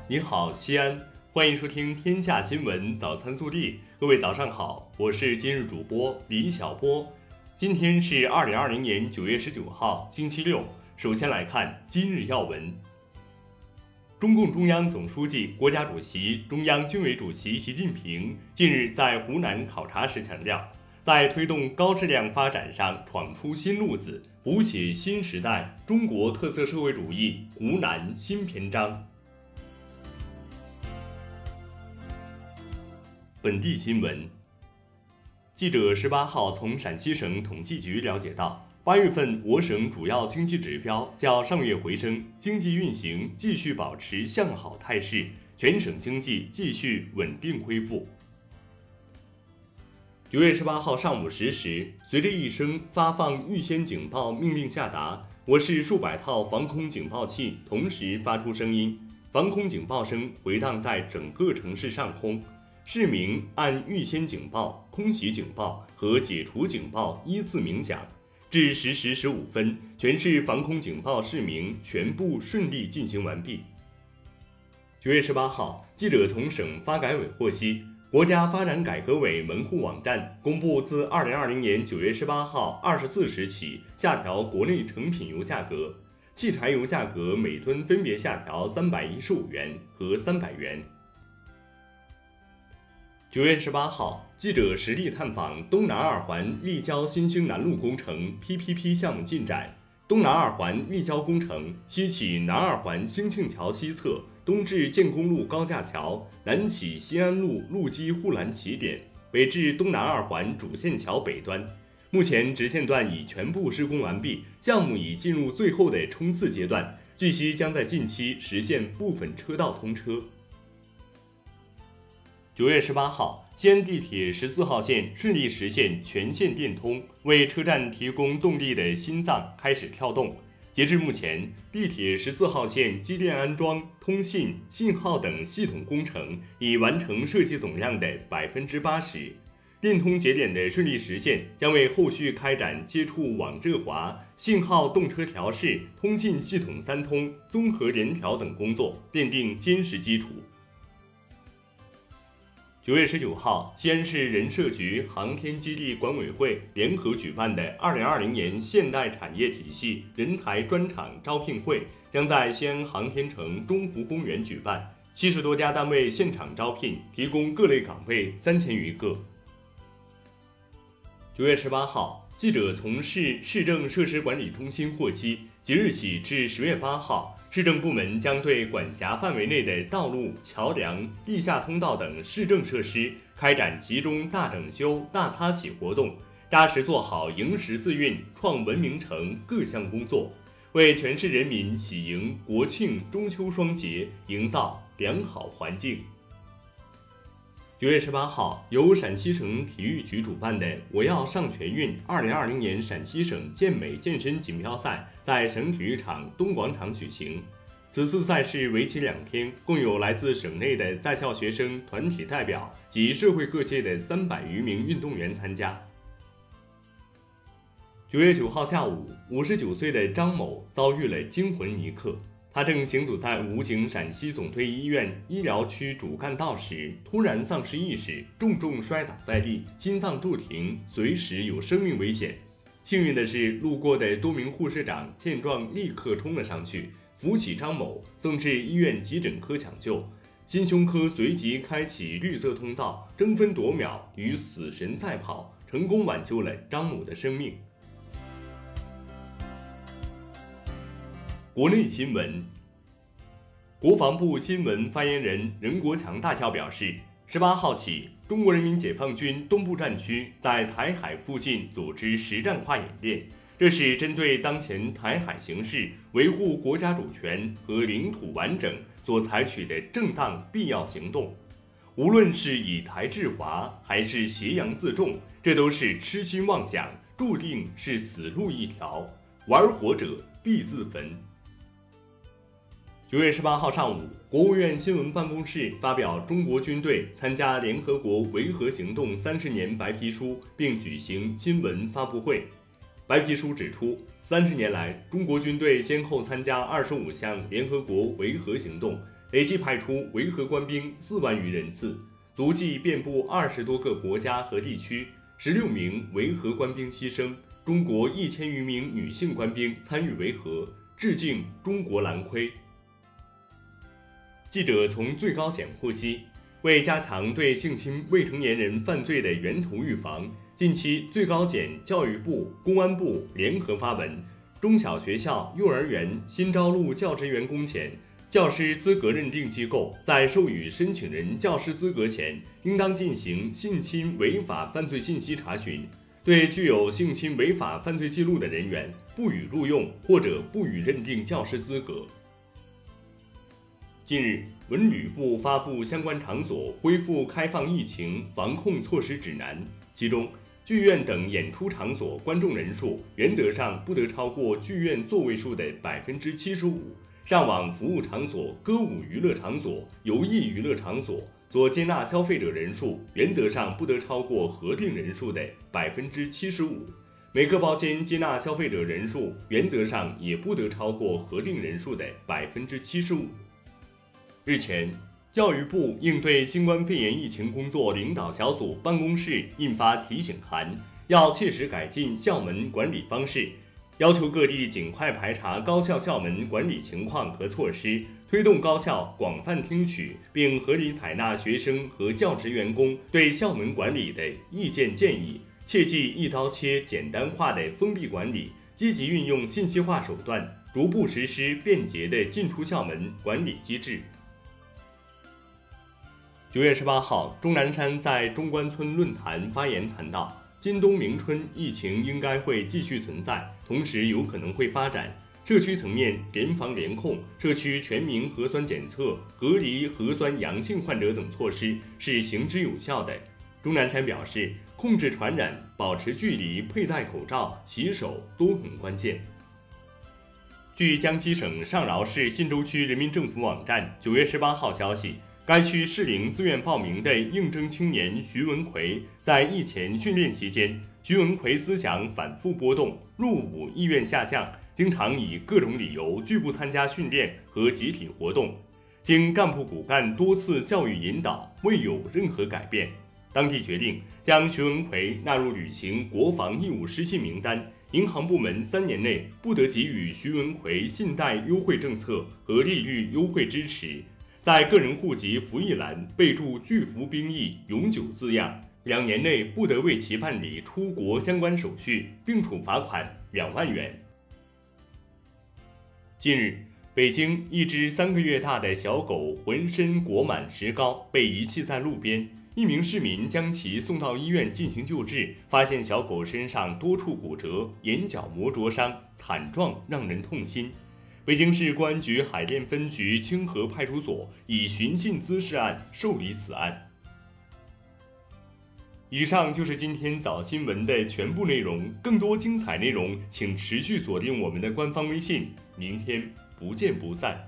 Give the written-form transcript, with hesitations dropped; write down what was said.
你好，西安，欢迎收听《天下新闻早餐速递》。各位早上好，我是今日主播李小波。今天是2020年9月19号，星期六。首先来看今日要闻。中共中央总书记、国家主席、中央军委主席习近平近日在湖南考察时强调，在推动高质量发展上闯出新路子，谱写新时代中国特色社会主义湖南新篇章。本地新闻，记者18号从陕西省统计局了解到，8月份我省主要经济指标较上月回升，经济运行继续保持向好态势，全省经济继续稳定恢复。9月18号上午10时，随着一声发放预先警报命令下达，我市数百套防空警报器同时发出声音，防空警报声回荡在整个城市上空。市民按预先警报、空袭警报和解除警报依次鸣响，至10时15分，全市防空警报市鸣全部顺利进行完毕。9月18号，记者从省发改委获悉，国家发展改革委门户网站公布，自2020年9月18号24时起下调国内成品油价格，汽柴油价格每吨分别下调315元和300元。9月18号，记者实地探访东南二环立交新兴南路工程 PPP 项目进展。东南二环立交工程西起南二环兴庆桥西侧，东至建工路高架桥，南起西安路路基护栏起点，北至东南二环主线桥北端。目前直线段已全部施工完毕，项目已进入最后的冲刺阶段，据悉将在近期实现部分车道通车。9月18号，西安地铁14号线顺利实现全线电通，为车站提供动力的心脏开始跳动。截至目前，地铁14号线机电安装、通信、信号等系统工程已完成设计总量的80%。电通节点的顺利实现，将为后续开展接触网热滑、信号动车调试、通信系统三通、综合联调等工作奠定坚实基础。9月19号，西安市人社局航天基地管委会联合举办的2020年现代产业体系人才专场招聘会将在西安航天城中湖公园举办，70多家单位现场招聘，提供各类岗位3000余个。9月18号，记者从市政设施管理中心获悉，即日起至10月8号，市政部门将对管辖范围内的道路、桥梁、地下通道等市政设施开展集中大整修、大擦洗活动，扎实做好迎14运、创文明城各项工作，为全市人民喜迎国庆、中秋双节营造良好环境。9月18号，由陕西省体育局主办的“我要上全运”2020年陕西省健美健身锦标赛在省体育场东广场举行。此次赛事为期2天，共有来自省内的在校学生、团体代表及社会各界的300余名运动员参加。9月9号下午，59岁的张某遭遇了惊魂一刻。他正行走在武警陕西总队医院医疗区主干道时，突然丧失意识，重重摔倒在地，心脏骤停，随时有生命危险。幸运的是，路过的多名护士长见状立刻冲了上去，扶起张某，送至医院急诊科抢救。心胸科随即开启绿色通道，争分夺秒与死神赛跑，成功挽救了张某的生命。国内新闻，国防部新闻发言人任国强大校表示，18号起，中国人民解放军东部战区在台海附近组织实战化演练，这是针对当前台海形势，维护国家主权和领土完整所采取的正当必要行动。无论是以台制华，还是挟洋自重，这都是痴心妄想，注定是死路一条，玩火者必自焚。9月18号上午，国务院新闻办公室发表中国军队参加联合国维和行动30年白皮书，并举行新闻发布会。白皮书指出，30年来，中国军队先后参加25项联合国维和行动， 累计派出维和官兵4万余人次，足迹遍布20多个国家和地区，16名维和官兵牺牲，中国1000余名女性官兵参与维和，致敬中国蓝盔。记者从最高检获悉，为加强对性侵未成年人犯罪的源头预防，近期最高检、教育部、公安部联合发文，中小学校、幼儿园新招录教职员工前，教师资格认定机构在授予申请人教师资格前，应当进行性侵违法犯罪信息查询，对具有性侵违法犯罪记录的人员，不予录用或者不予认定教师资格。近日，文旅部发布相关场所恢复开放疫情防控措施指南，其中，剧院等演出场所观众人数原则上不得超过剧院座位数的75%，上网服务场所、歌舞娱乐场所、游艺娱乐场所所接纳消费者人数原则上不得超过核定人数的75%，每个包间接纳消费者人数原则上也不得超过核定人数的75%。日前，教育部应对新冠肺炎疫情工作领导小组办公室印发提醒函，要切实改进校门管理方式，要求各地尽快排查高校校门管理情况和措施，推动高校广泛听取并合理采纳学生和教职员工对校门管理的意见建议，切忌一刀切、简单化的封闭管理，积极运用信息化手段，逐步实施便捷的进出校门管理机制。9月18号，钟南山在中关村论坛发言谈到，今冬明春疫情应该会继续存在，同时有可能会发展。社区层面联防联控，社区全民核酸检测、隔离核酸阳性患者等措施是行之有效的。钟南山表示，控制传染、保持距离、佩戴口罩、洗手都很关键。据江西省上饶市信州区人民政府网站9月18号消息，该区适龄自愿报名的应征青年徐文奎，在疫前训练期间，徐文奎思想反复波动，入伍意愿下降，经常以各种理由拒不参加训练和集体活动。经干部骨干多次教育引导，未有任何改变。当地决定将徐文奎纳入履行国防义务失信名单，银行部门3年内不得给予徐文奎信贷优惠政策和利率优惠支持。在个人户籍服役栏备注拒服兵役永久字样，2年内不得为其办理出国相关手续，并处罚款2万元。近日，北京一只3个月大的小狗浑身裹满石膏，被遗弃在路边。一名市民将其送到医院进行救治，发现小狗身上多处骨折，眼角膜灼伤，惨状让人痛心。北京市公安局海淀分局清河派出所以寻衅滋事案受理此案。以上就是今天早新闻的全部内容，更多精彩内容请持续锁定我们的官方微信，明天不见不散。